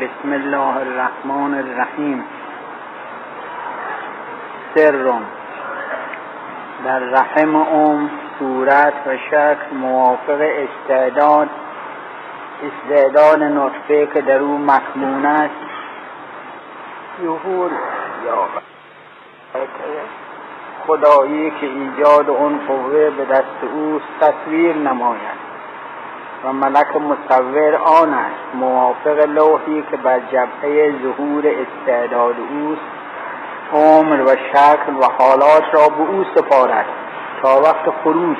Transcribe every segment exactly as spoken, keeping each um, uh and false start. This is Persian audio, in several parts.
بسم الله الرحمن الرحیم. سر در رحم ام صورت و شکل موافق استعداد استعداد نطفه که در او مکمون است ظهور یا خدایی که ایجاد اون قوه به دست او تصویر نماید و ملک مصور آن است موافق لوحی که بر جبهه ظهور استعداد اوست عمر و شکل و حالات را به او سپارد تا وقت خروج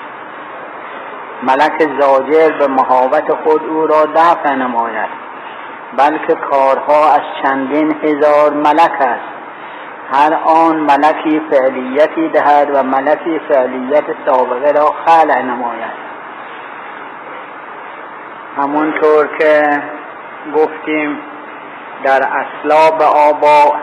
ملک زاجر به مهابت خود او را دفع نماید، بلکه کارها از چندین هزار ملک است. هر آن ملکی فعلیتی دهد و ملکی فعلیت سابقه را خلع نماید. همونطور که گفتیم در اسلاب آبا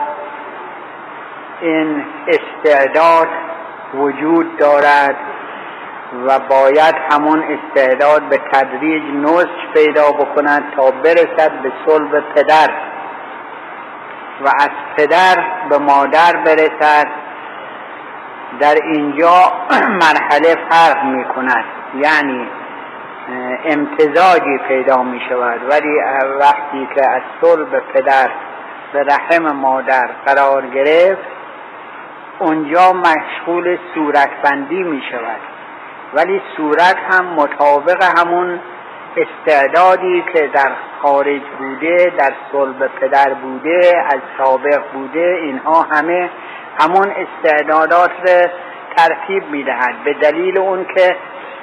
این استعداد وجود دارد و باید همون استعداد به تدریج نضج پیدا بکند تا برسد به صلب پدر و از پدر به مادر برسد. در اینجا مرحله فرق می کند، یعنی امتزاجی پیدا می شود، ولی وقتی که از صلب پدر به رحم مادر قرار گرفت اونجا مشغول صورتبندی می شود، ولی صورت هم مطابق همون استعدادی که در خارج بوده، در صلب پدر بوده، از سابق بوده، اینها همه همون استعدادات را ترتیب می دهد. به دلیل اون که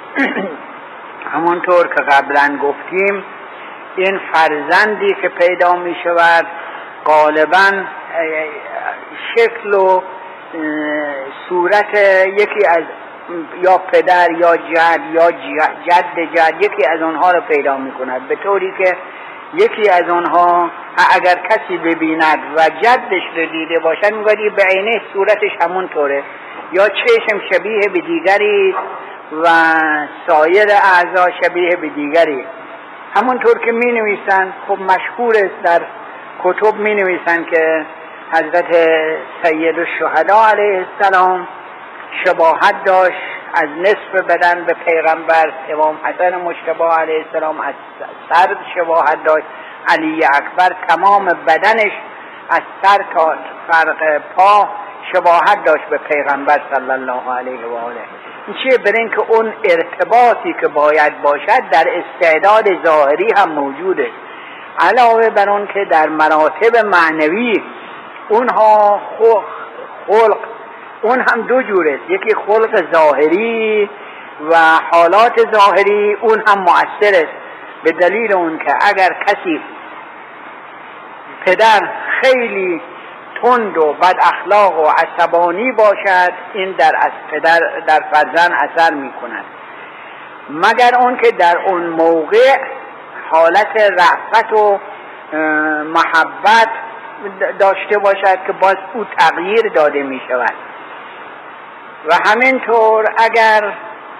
همونطور که قبلا گفتیم این فرزندی که پیدا می شود غالبا شکل و صورت یکی از یا پدر یا جد یا جد جد یکی از آنها رو پیدا می کند، به طوری که یکی از آنها اگر کسی ببیند و جدش رو دیده باشد میگوید به عینه صورتش همون طوره، یا چشم شبیه به دیگری و سایر اعضا شبیه به دیگری. همونطور که می نویسند، خب مشهور است در کتب می نویسند که حضرت سید الشهدا علیه السلام شباهت داشت از نصف بدن به پیغمبر، امام حسن مجتبی علیه السلام از سر شباهت داشت، علی اکبر تمام بدنش از سر تا فرق پا شباهت داشت به پیغمبر صلی الله علیه و آله. این چیه؟ برای اینکه اون ارتباطی که باید باشد در استعداد ظاهری هم موجود است، علاوه بر اون که در مراتب معنوی اونها خلق اون هم دو جور است، یکی خلق ظاهری و حالات ظاهری اون هم مؤثر است، به دلیل اون که اگر کسی پدر خیلی تند و بد اخلاق و عصبانی باشد این در از پدر در فرزند اثر می کند، مگر اون که در اون موقع حالت رأفت و محبت داشته باشد که باز او تغییر داده می شود. و همینطور اگر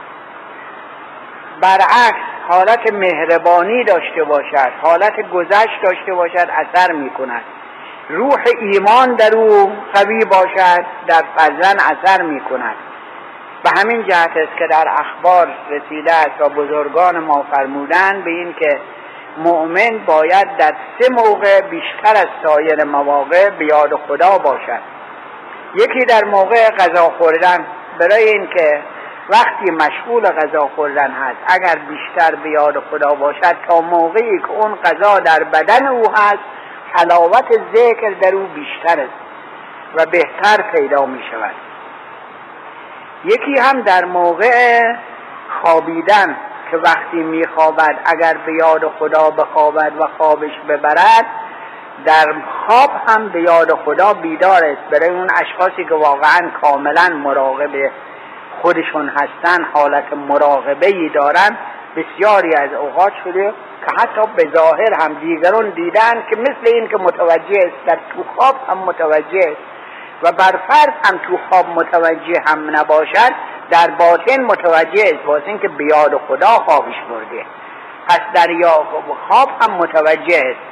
برعکس حالت مهربانی داشته باشد، حالت گذشت داشته باشد اثر می کند. روح ایمان در او قوی باشد در فرزند اثر می کند. به همین جهت است که در اخبار رسیده است و بزرگان ما فرمودند به این که مؤمن باید در سه موقع بیشتر از سایر مواقع به یاد خدا باشد. یکی در موقع غذا خوردن، برای این که وقتی مشغول غذا خوردن هست اگر بیشتر به یاد خدا باشد تا موقعی که اون غذا در بدن او هست حلاوت ذکر در او بیشتر است و بهتر پیدا می شود. یکی هم در موقع خوابیدن که وقتی می خوابد اگر به یاد خدا بخوابد و خوابش ببرد در خواب هم به یاد خدا بیدار است. برای اون اشخاصی که واقعا کاملا مراقب خودشون هستن، حالت مراقبه‌ای دارن، بسیاری از اوقات شده که حتی به ظاهر هم دیگران دیدن که مثل این که متوجه است در تو خواب هم متوجه است و برفرض هم تو خواب متوجه هم نباشد در باطن متوجه است، واسه این که به یاد خدا خوابش برده، پس در خواب هم متوجه است.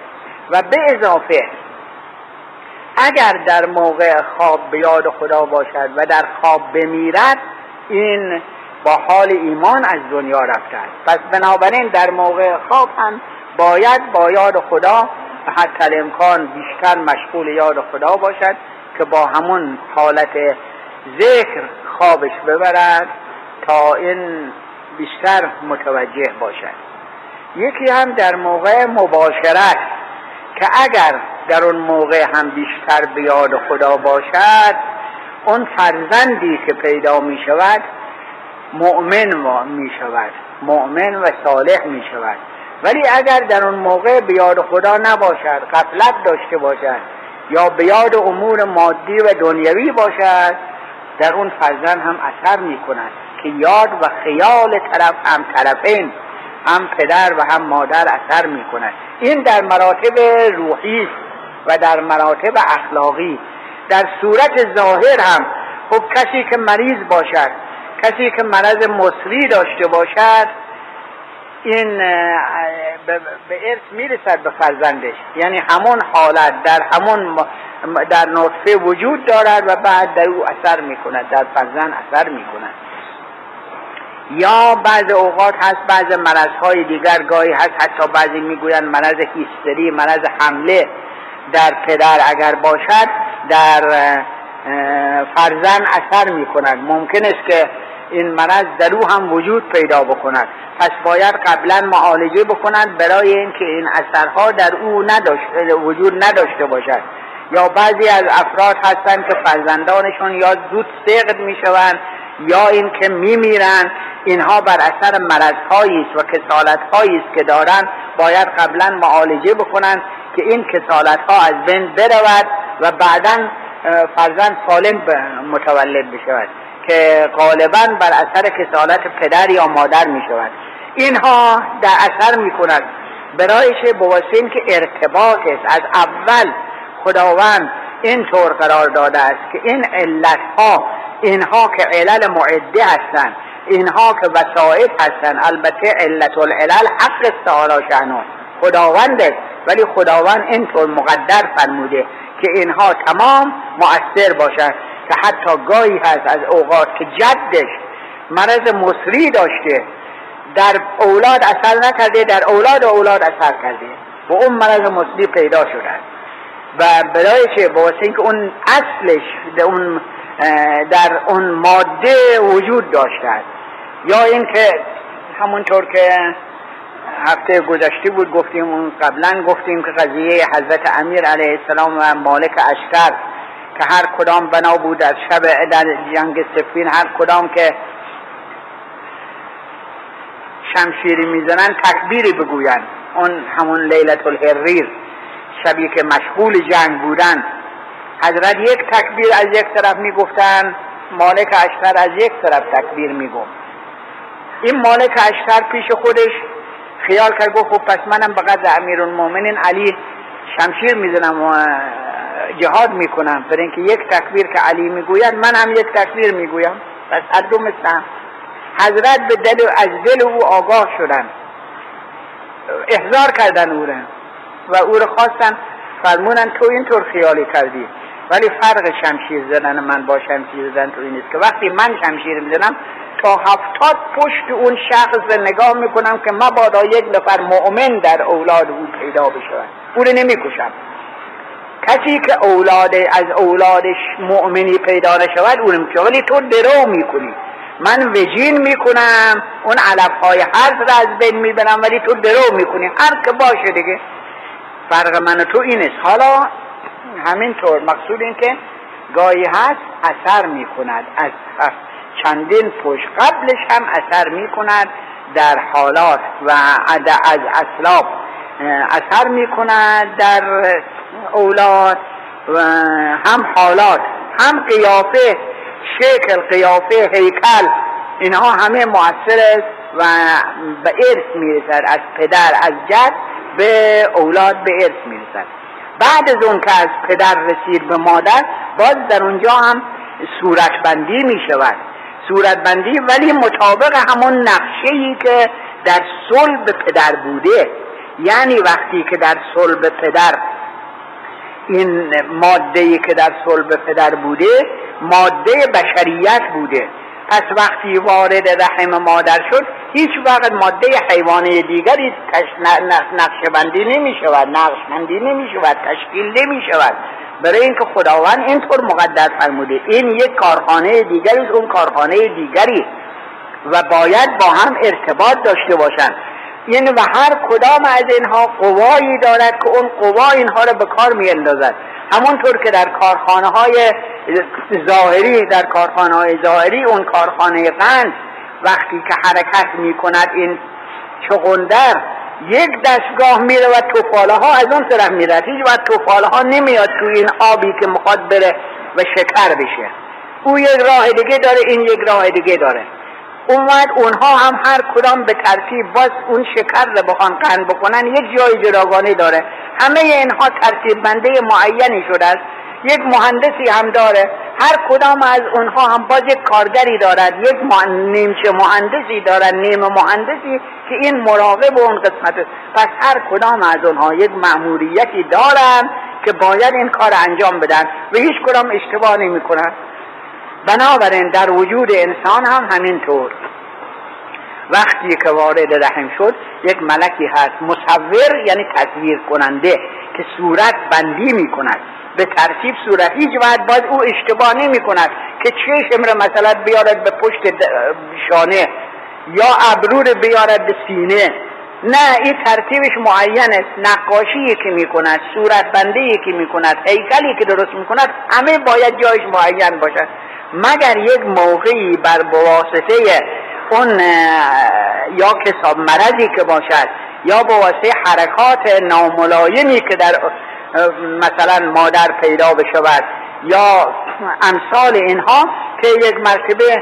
و به اضافه اگر در موقع خواب به یاد خدا باشد و در خواب بمیرد، این با حال ایمان از دنیا رفته است. پس بنابراین در موقع خواب هم باید با یاد خدا حتی امکان بیشتر مشغول یاد خدا باشد که با همون حالت ذکر خوابش ببرد تا این بیشتر متوجه باشد. یکی هم در موقع مباشرت که اگر در اون موقع هم بیشتر به یاد خدا باشد، اون فرزندی که پیدا می شود مؤمن می شود، مؤمن و صالح می شود. ولی اگر در اون موقع به یاد خدا نباشد، غفلت داشته باشد یا به یاد امور مادی و دنیوی باشد، در اون فرزند هم اثر می کند که یاد و خیال طرف هم طرفین، هم پدر و هم مادر اثر می کند. این در مراتب روحی و در مراتب اخلاقی. در صورت ظاهر هم خب کسی که مریض باشد، کسی که مرض مصری داشته باشد، این به ارث میرسد به فرزندش، یعنی همون حالت در همون در نطفه وجود دارد و بعد در او اثر میکند، در فرزند اثر میکند. یا بعض اوقات هست بعض مرضهای دیگر، گاهی هست حتی بعضی میگویند مرض هیستری، مرض حمله در پدر اگر باشد در فرزند اثر میکند. ممکن است که این مرض در او هم وجود پیدا بکند، پس باید قبلا معالجه بکنند برای اینکه این اثرها در او نداشته وجود نداشته باشد. یا بعضی از افراد هستند که فرزندانشون یا زود سقط میشوند یا این که میمیرند. اینها بر اثر مرضهایی است و کسالتهایی است که دارند، باید قبلا معالجه بکنند که این کسالتها از بین برود و بعدا فرزند سالم متولد بشود که غالبا بر اثر کسالت پدر یا مادر می شود. اینها در اثر می کند برایش بواسطه که ارتباط است. از اول خداوند این طور قرار داده است که این علت ها، اینها که علل معده هستند، اینها که وسائط هستند، البته علت العلل حق تعالی شأنه خداوند است، ولی خداوند اینطور مقدر فرموده که اینها تمام مؤثر باشد که حتی گاهی هست از اوقات که جدش مرض مصری داشته، در اولاد اثر نکرده، در اولاد و اولاد اثر کرده و اون مرض مصری پیدا شده و برای چه؟ واسه اینکه اون اصلش در اون در اون ماده وجود داشته است. یا این که همونطور که هفته گذشته بود گفتیم، اون قبلا گفتیم که قضیه حضرت امیر علیه السلام و مالک اشتر که هر کدام بنا بود در شب در جنگ صفین، هر کدام که شمشیری میزنن تکبیری بگوین. اون همون لیلت الحریر، شبی که مشغول جنگ بودن، حضرت یک تکبیر از یک طرف میگفتن، مالک اشتر از یک طرف تکبیر میگفت. این مالک اشتر پیش خودش خیال کرد، گفت خب پس منم بقدر امیرالمومنین علی شمشیر میزنم و جهاد میکنم، برای اینکه یک تکبیر که علی میگوید من هم یک تکبیر میگویم، پس هر دو مثل. حضرت به دل از دل او آگاه شدن، احضار کردن او را و او را خواستن، فرمونن تو اینطور خیالی کردی، ولی فرق شمشیر زدن من با شمشیر زدن تو این است که وقتی من شمشیر میزنم تا هفتاد پشت اون شخص نگاه میکنم که مبادا یک نفر مؤمن در اولاد او پیدا بشود، او رو نمیکشم. کسی که اولاد از اولادش مؤمنی پیدا نشود او رو میکشم، ولی تو درو میکنی، من وجین میکنم، اون علفهای حرف را از بین میبرم، ولی تو درو میکنی. هر که باشه دیگه، فرق من و تو این است. حالا همینطور مقصود این که گاهی هست اثر میکند، از چندین پشت قبلش هم اثر میکند، در حالات و از اسلاف اثر میکند در اولاد و هم حالات، هم قیافه، شکل، قیافه، هیکل، اینها همه مؤثر است و به ارث میرسد، از پدر از جد به اولاد به ارث میرسد. بعد از اون که از پدر رسید به مادر، باز در اونجا هم صورتبندی میشود، صورتبندی ولی مطابق همون نقشه‌ای که در صلب پدر بوده. یعنی وقتی که در صلب پدر این ماده‌ای که در صلب پدر بوده ماده بشریت بوده، پس وقتی وارد رحم مادر شد هیچ وقت ماده حیوانی دیگری نقشبندی نمی شود، نقشبندی نمی شود، تشکیل نمی شود، برای اینکه خداوند اینطور مقدر فرموده. این یک کارخانه دیگری، اون کارخانه دیگری و باید با هم ارتباط داشته باشند. این و هر کدام از اینها قوایی دارد که اون قوا اینها را به کار می اندازد. همونطور که در کارخانه های ظاهری در کارخانه های ظاهری اون کارخانه قند وقتی که حرکت می کند این چغندر یک دستگاه میره و توفاله ها از اون طرف میره، هیچ وقت توفاله ها نمیاد تو این آبی که میخواد بره و شکر بشه. او یک راه دیگه داره، این یک راه دیگه داره. اومد اونها هم هر کدام به ترتیب باز اون شکر رو بخوان قند بکنن یک جای جداگانه داره. همه اینها ترتیب بنده معینی شده است. یک مهندسی هم داره، هر کدام از اونها هم باز یک کارگری دارد، یک نیمچه مهندسی دارد، نیم مهندسی که این مراقب اون قسمت است. پس هر کدام از اونها یک مأموریتی دارن که باید این کار انجام بدن و هیچ کدام اشتباه نمی کنن. بنابراین در وجود انسان هم همینطور وقتی که وارد رحم شد یک ملکی هست مصور، یعنی تصویر کننده که صورت بندی می کند به ترتیب صورت. هیچ وقت باید او اشتباه نمی کند که چشم را مثلا بیارد به پشت شانه یا ابرو را بیارد به سینه، نه، این ترتیبش معین است. نقاشی که می کند، صورت بندی که می کند، هیکلی که درست می کند، همه باید جایش معین باشد، مگر یک موقعی بر بواسطه اون یا کساب مرضی که باشد یا بواسطه حرکات ناملایمی که در مثلا مادر پیدا بشود یا امثال اینها که یک مرتبه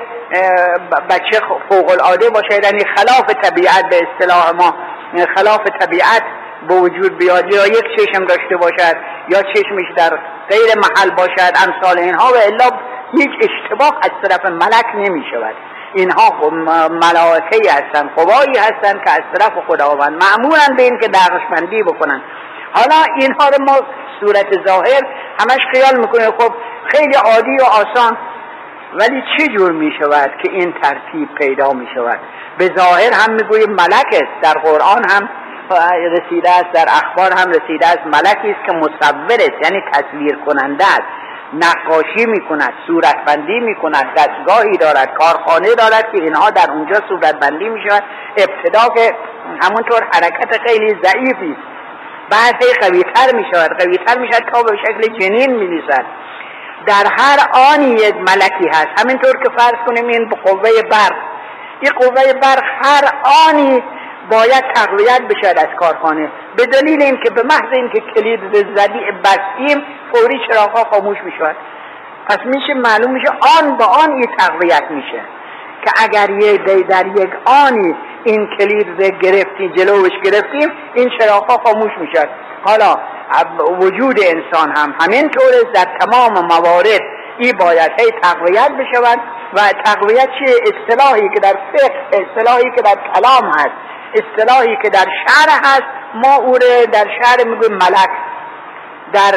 بچه فوق العاده باشد، یعنی خلاف طبیعت به اصطلاح ما، خلاف طبیعت به وجود بیاد، یا یک چشم داشته باشد یا چشمش در غیر محل باشد، امثال اینها، و الا هیچ اشتباه از طرف ملک نمی شود. اینها ملائکه‌ای هستند، قوایی هستند که از طرف خداوند مأمورن به این که نقشبندی بکنن. حالا اینها رو ما صورت ظاهر همش خیال میکنیم خب خیلی عادی و آسان، ولی چه جور می شود که این ترتیب پیدا می شود؟ به ظاهر هم میگوییم ملک است، در قرآن هم رسیده است، در اخبار هم رسیده است، ملکی است که مصور است، یعنی تصویر کننده است، نقاشی می کند، صورت بندی می کند، دستگاهی دارد، کارخانه دارد که اینها در اونجا صورت بندی می شود. ابتدا که همونطور حرکت خیلی ضعیفی است، بعد قوی تر می شود، قوی تر می شود تا به شکل جنین می رسد. در هر آنی یک ملکی هست، همینطور که فرض کنیم این به قوه برق، این قوه برق هر آنی باید تقویت بشد از کارخانه، به دلیل این که به محض این که کلید زدی بستیم فوری چراغ‌ها خاموش می شود. پس میشه معلوم میشه آن با آن این تقویت میشه که اگر یه در یک آنی این کلید رو گرفتیم، جلوش گرفتیم، این چراغ‌ها خاموش میشد. حالا وجود انسان هم همینطوره، در تمام موارد این باید هی تقویت بشود. و تقویت چیه؟ اصطلاحی که در فقه، اصطلاحی که در کلام هست، اصطلاحی که در شعر هست، ما او رو در شعر میگویم ملک، در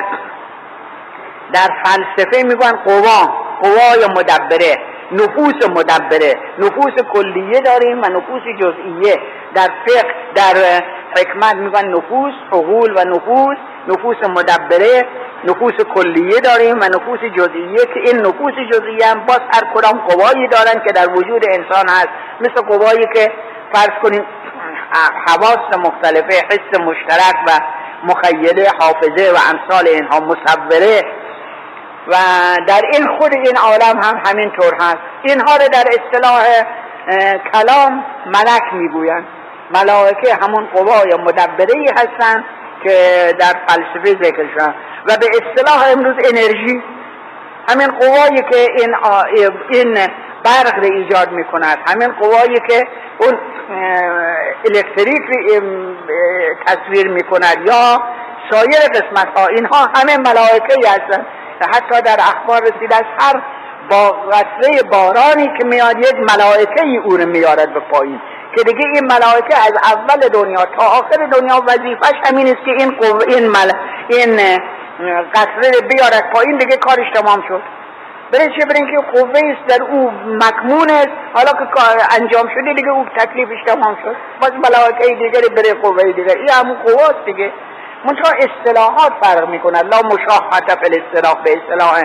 در فلسفه میگن قوا، قوای مدبره، نفوس مدبره، نفوس کلیه داریم و نفوس جزئیه. در فقه، در حکمت میگن نفوس، عقول و نفوس، نفوس مدبره، نفوس کلیه داریم و نفوس جزئیه که این نفوس جزئیه هم باز هر کدام قوایی دارن که در وجود انسان هست، مثل قوایی که فرض کنیم حواس مختلفه، حس مشترک و مخیله، حافظه و امثال اینها، مصوره، و در این خود این عالم هم همین طور هست. اینها رو در اصطلاح کلام ملک میگویند. ملائکه همون قوای مدبره‌ای هستند که در فلسفه ذکر شدن و به اصطلاح امروز انرژی، همین قوایی که این این برق رو ایجاد میکند، همین قوایی که اون الکتریک رو تصویر میکند یا سایر قسمت ها، اینها همه ملائکه هستند. حتی در اخبار رسیده است هر با قطره بارانی که میاد یک ملائکه ای او رو میارد به پایین که دیگه این ملائکه از اول دنیا تا آخر دنیا وظیفش همین است که این قوه این مل این قطره بیارد پایین، دیگه کارش تمام شد. برای چه؟ برای اینکه قوه است در او مکمون است، حالا که کار انجام شده دیگه او تکلیفش تمام شد، باز ملائکه دیگری برای قوه دیگر. این همون قوه است دیگه، منتها اصطلاحات فرق میکنه. لا مشاهده فی الاصطلاح، به اصطلاح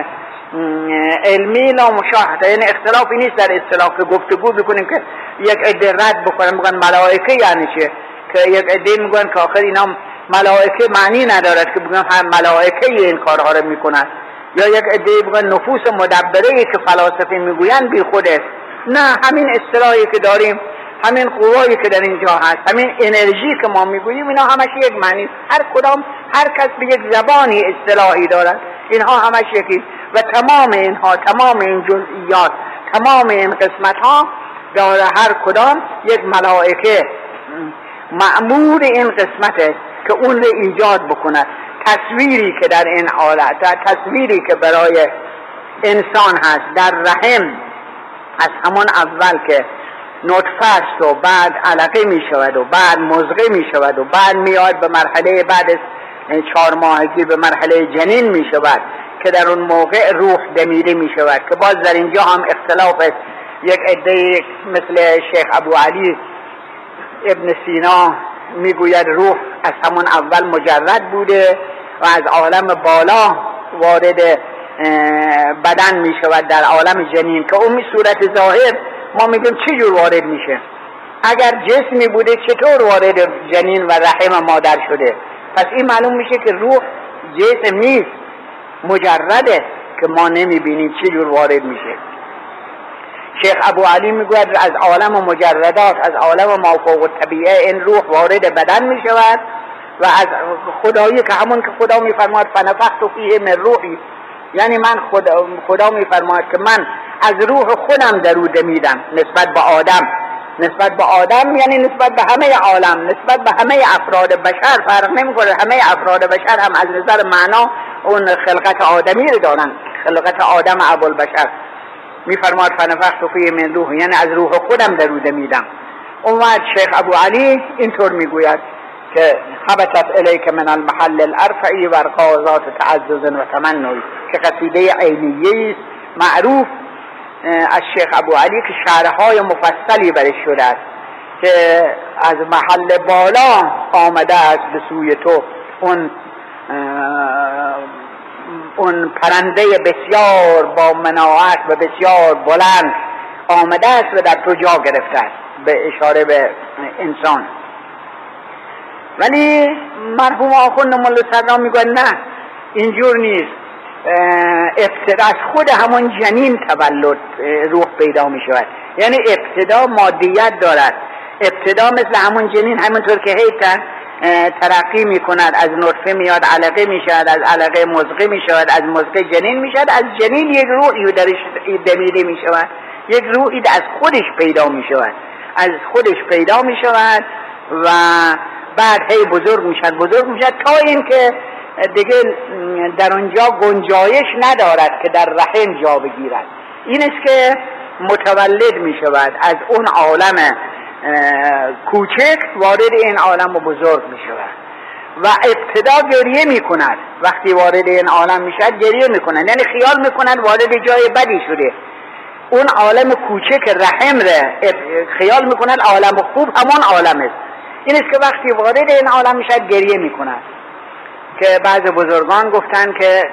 علمی لا مشاهده، یعنی اختلافی نیست در اصطلاح که گفتگو بکنیم که یک عده رد بکنن بگن ملائکه یعنی چه، که یک عده میگن که آخر اینا ملائکه معنی ندارد که بگن هم ملائکه این کارها رو میکنن، یا یک عده بگن نفوس مدبره که فلاسفه میگوین بی خود است. نه، همین اصطلاحی که داریم، همین قوایی که در اینجا هست، همین انرژی که ما میگوییم، اینا همش یک معنی، هر کدام هر کس به یک زبانی اصطلاحی دارد، اینها همش یکی. و تمام اینها، تمام این جزئیات، تمام این قسمت ها داره هر کدام یک ملائکه مأمور این قسمت است که اون رو ایجاد بکند. تصویری که در این حالت، تصویری که برای انسان هست در رحم، از همون اول که نطفه است و بعد علقه می شود و بعد مضغه می شود و بعد میاد به مرحله بعد از چهار ماهگی به مرحله جنین می شود که در اون موقع روح دمیده می شود، که باز در اینجا هم اختلاف است. یک عده مثل شیخ ابو علی ابن سینا میگوید روح از همون اول مجرد بوده و از عالم بالا وارد بدن می شود در عالم جنین، که اون صورت ظاهر ما میگیم چه جور وارد میشه؟ اگر جسمی بوده چطور وارد جنین و رحم مادر شده؟ پس این معلوم میشه که روح جسم نیست، مجرده که ما نمیبینیم چه جور وارد میشه. شیخ ابو علی میگوید از عالم مجردات، از عالم ما فوق الطبیعه این روح وارد بدن میشود و از خدایی که همون که خدا میفرماید فنفخت فیه من روحی، یعنی من خدا, خدا میفرماید که من از روح خودم درو دمیدم نسبت به آدم. نسبت به آدم یعنی نسبت به همه عالم، نسبت به همه افراد بشر فرق نمیکنه. همه افراد بشر هم از نظر معنا اون خلقت آدمی رو دارن، خلقت آدم ابوالبشر. میفرماید فنفخت فیه من روح، یعنی از روح خودم درو دمیدم. اومد شیخ ابو علی اینطور میگوید که حبتت الیک من المحل الارفعی و ارقاضات تعزز و تمنی، که قصیده عینیه است معروف از شیخ ابو علی که شرحهای مفصلی برش شده است، که از محل بالا آمده است به سوی تو اون اون پرنده بسیار با مناعت و بسیار بلند آمده است و در تو جا گرفته است، به اشاره به انسان. ولی مرحوم آخوند ملا صدرا میگوید نه، اینجور نیست. ابتدا از خود همون جنین تولد روح پیدا می شود، یعنی ابتدا مادیت دارد. ابتدا مثل همون جنین، همونطور که هی ترقی می کند، از نطفه میاد علقه می شود، از علقه مضغه می شود، از مضغه جنین می شود، از جنین یک روحی درش دمیده می شود، یک روحی از خودش پیدا می شود، از خودش پیدا می شود و بعد هی بزرگ می شود بزرگ می شود تا این که دیگه در اونجا گنجایش ندارد که در رحم جا بگیرد. این است که متولد می شود از اون عالم کوچک وارد این عالم بزرگ می شود و ابتدا گریه می کند. وقتی وارد این عالم می شود گریه می کند، یعنی خیال می کند وارد جای بدی شده. اون عالم کوچک رحم را خیال می کند عالم خوب همون عالم است. این است که وقتی وارد این عالم می شود گریه می کند، که بعض بزرگان گفتن که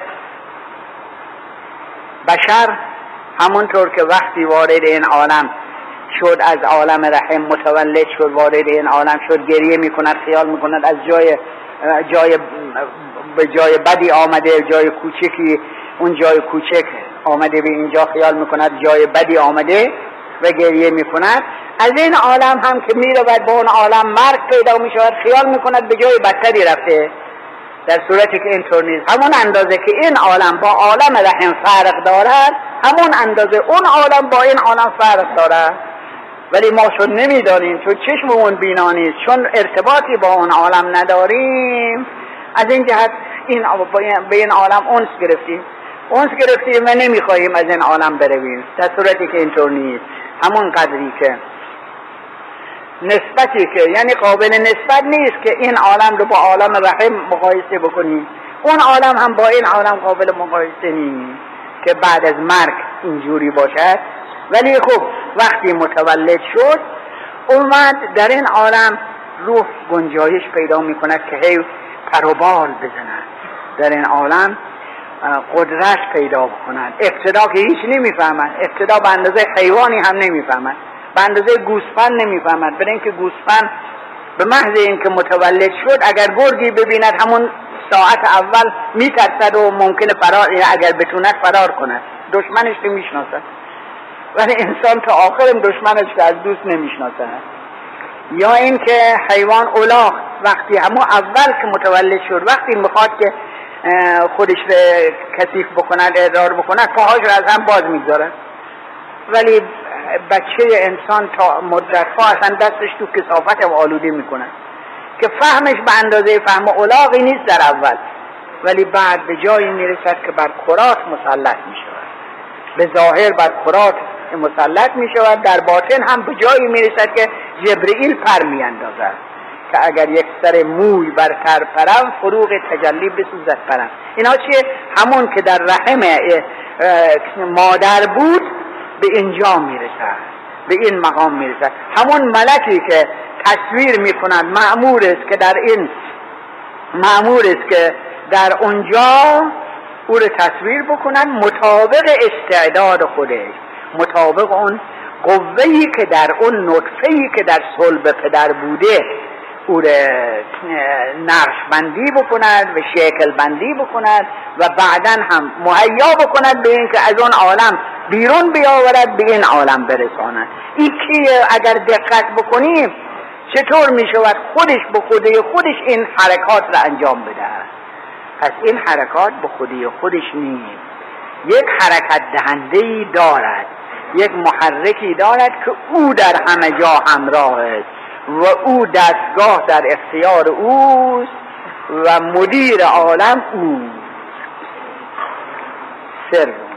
بشر همونطور که وقتی وارد این عالم شد، از عالم رحم متولد شد، وارد این عالم شد، گریه میکند، خیال میکند از جای جای به جای بدی آمده، جای کوچکی، اون جای کوچک آمده به اینجا، خیال میکند جای بدی آمده و گریه میکند. از این عالم هم که میرود به اون عالم مرگ پیدا میشود، خیال میکند به جای بدتری رفته، در صورتی که اینطور نیست. همون اندازه که این عالم با عالم رحم فرق دارد، همون اندازه اون عالم با این عالم فرق دارد، ولی ما چون نمیدانیم، چون چشممون بینا نیست، چون ارتباطی با اون عالم نداریم، از این جهت این به این عالم انس گرفتیم انس گرفتیم و نمیخواهیم از این عالم برویم، در صورتی که اینطور نیست. همون قدری که نسبتی که یعنی قابل نسبت نیست که این عالم رو با عالم رحم مقایسه بکنیم، اون عالم هم با این عالم قابل مقایسه نیست که بعد از مرگ اینجوری باشد. ولی خب وقتی متولد شد اومد در این عالم روح گنجایش پیدا میکند که هی پر و بال بزند، در این عالم قدرت پیدا بکنند. ابتدا که هیچ نمیفهمند، ابتدا به اندازه حیوانی هم نمیفهمند، به اندازه گوسفند نمیفهمند، برای اینکه گوسفند به محض اینکه متولد شد اگر گرگی ببیند همون ساعت اول میترسد و ممکنه فرار، اگر بتوند فرار کند، دشمنش رو میشناسد. ولی انسان تا آخرم دشمنش رو از دوست نمیشناسد. یا اینکه حیوان الاغ وقتی همون اول که متولد شد وقتی میخواد که خودش رو کثیف بکند، ادرار بکند، پاهاش رو از هم باز میگذارد. ولی بچه انسان تا مدت ها اصلا دستش تو کثافت و آلوده میکند که فهمش به اندازه فهم الاغی نیست در اول، ولی بعد به جایی میرسد که بر کرات مسلط میشود، به ظاهر بر کرات مسلط میشود، در باطن هم به جایی میرسد که جبرئیل پر میاندازد که اگر یک سر موی بر تر پرم فروغ تجلی بسوزد پرم. اینا چیه؟ همون که در رحم مادر بود به اینجا میرسد، به این مقام میرسد. همون ملکی که تصویر میکند مأمور است که در این مأمور است که در اونجا او رو تصویر بکنن مطابق استعداد خودش، مطابق اون قوهی که در اون نطفه‌ای که در صلب پدر بوده او رو نقش بندی بکند و شکل بندی بکند و بعداً هم مهیا بکند به این که از اون عالم بیرون بیاورد به این عالم برساند. این که اگر دقت بکنیم چطور می شود خودش به خودی خودش این حرکات را انجام بده. پس این حرکات به خودی خودش نیست، یک حرکت دهنده‌ای دارد، یک محرکی دارد که او در همه جا همراه است و او دستگاه در اختیار اوست و مدیر عالم اوست. سر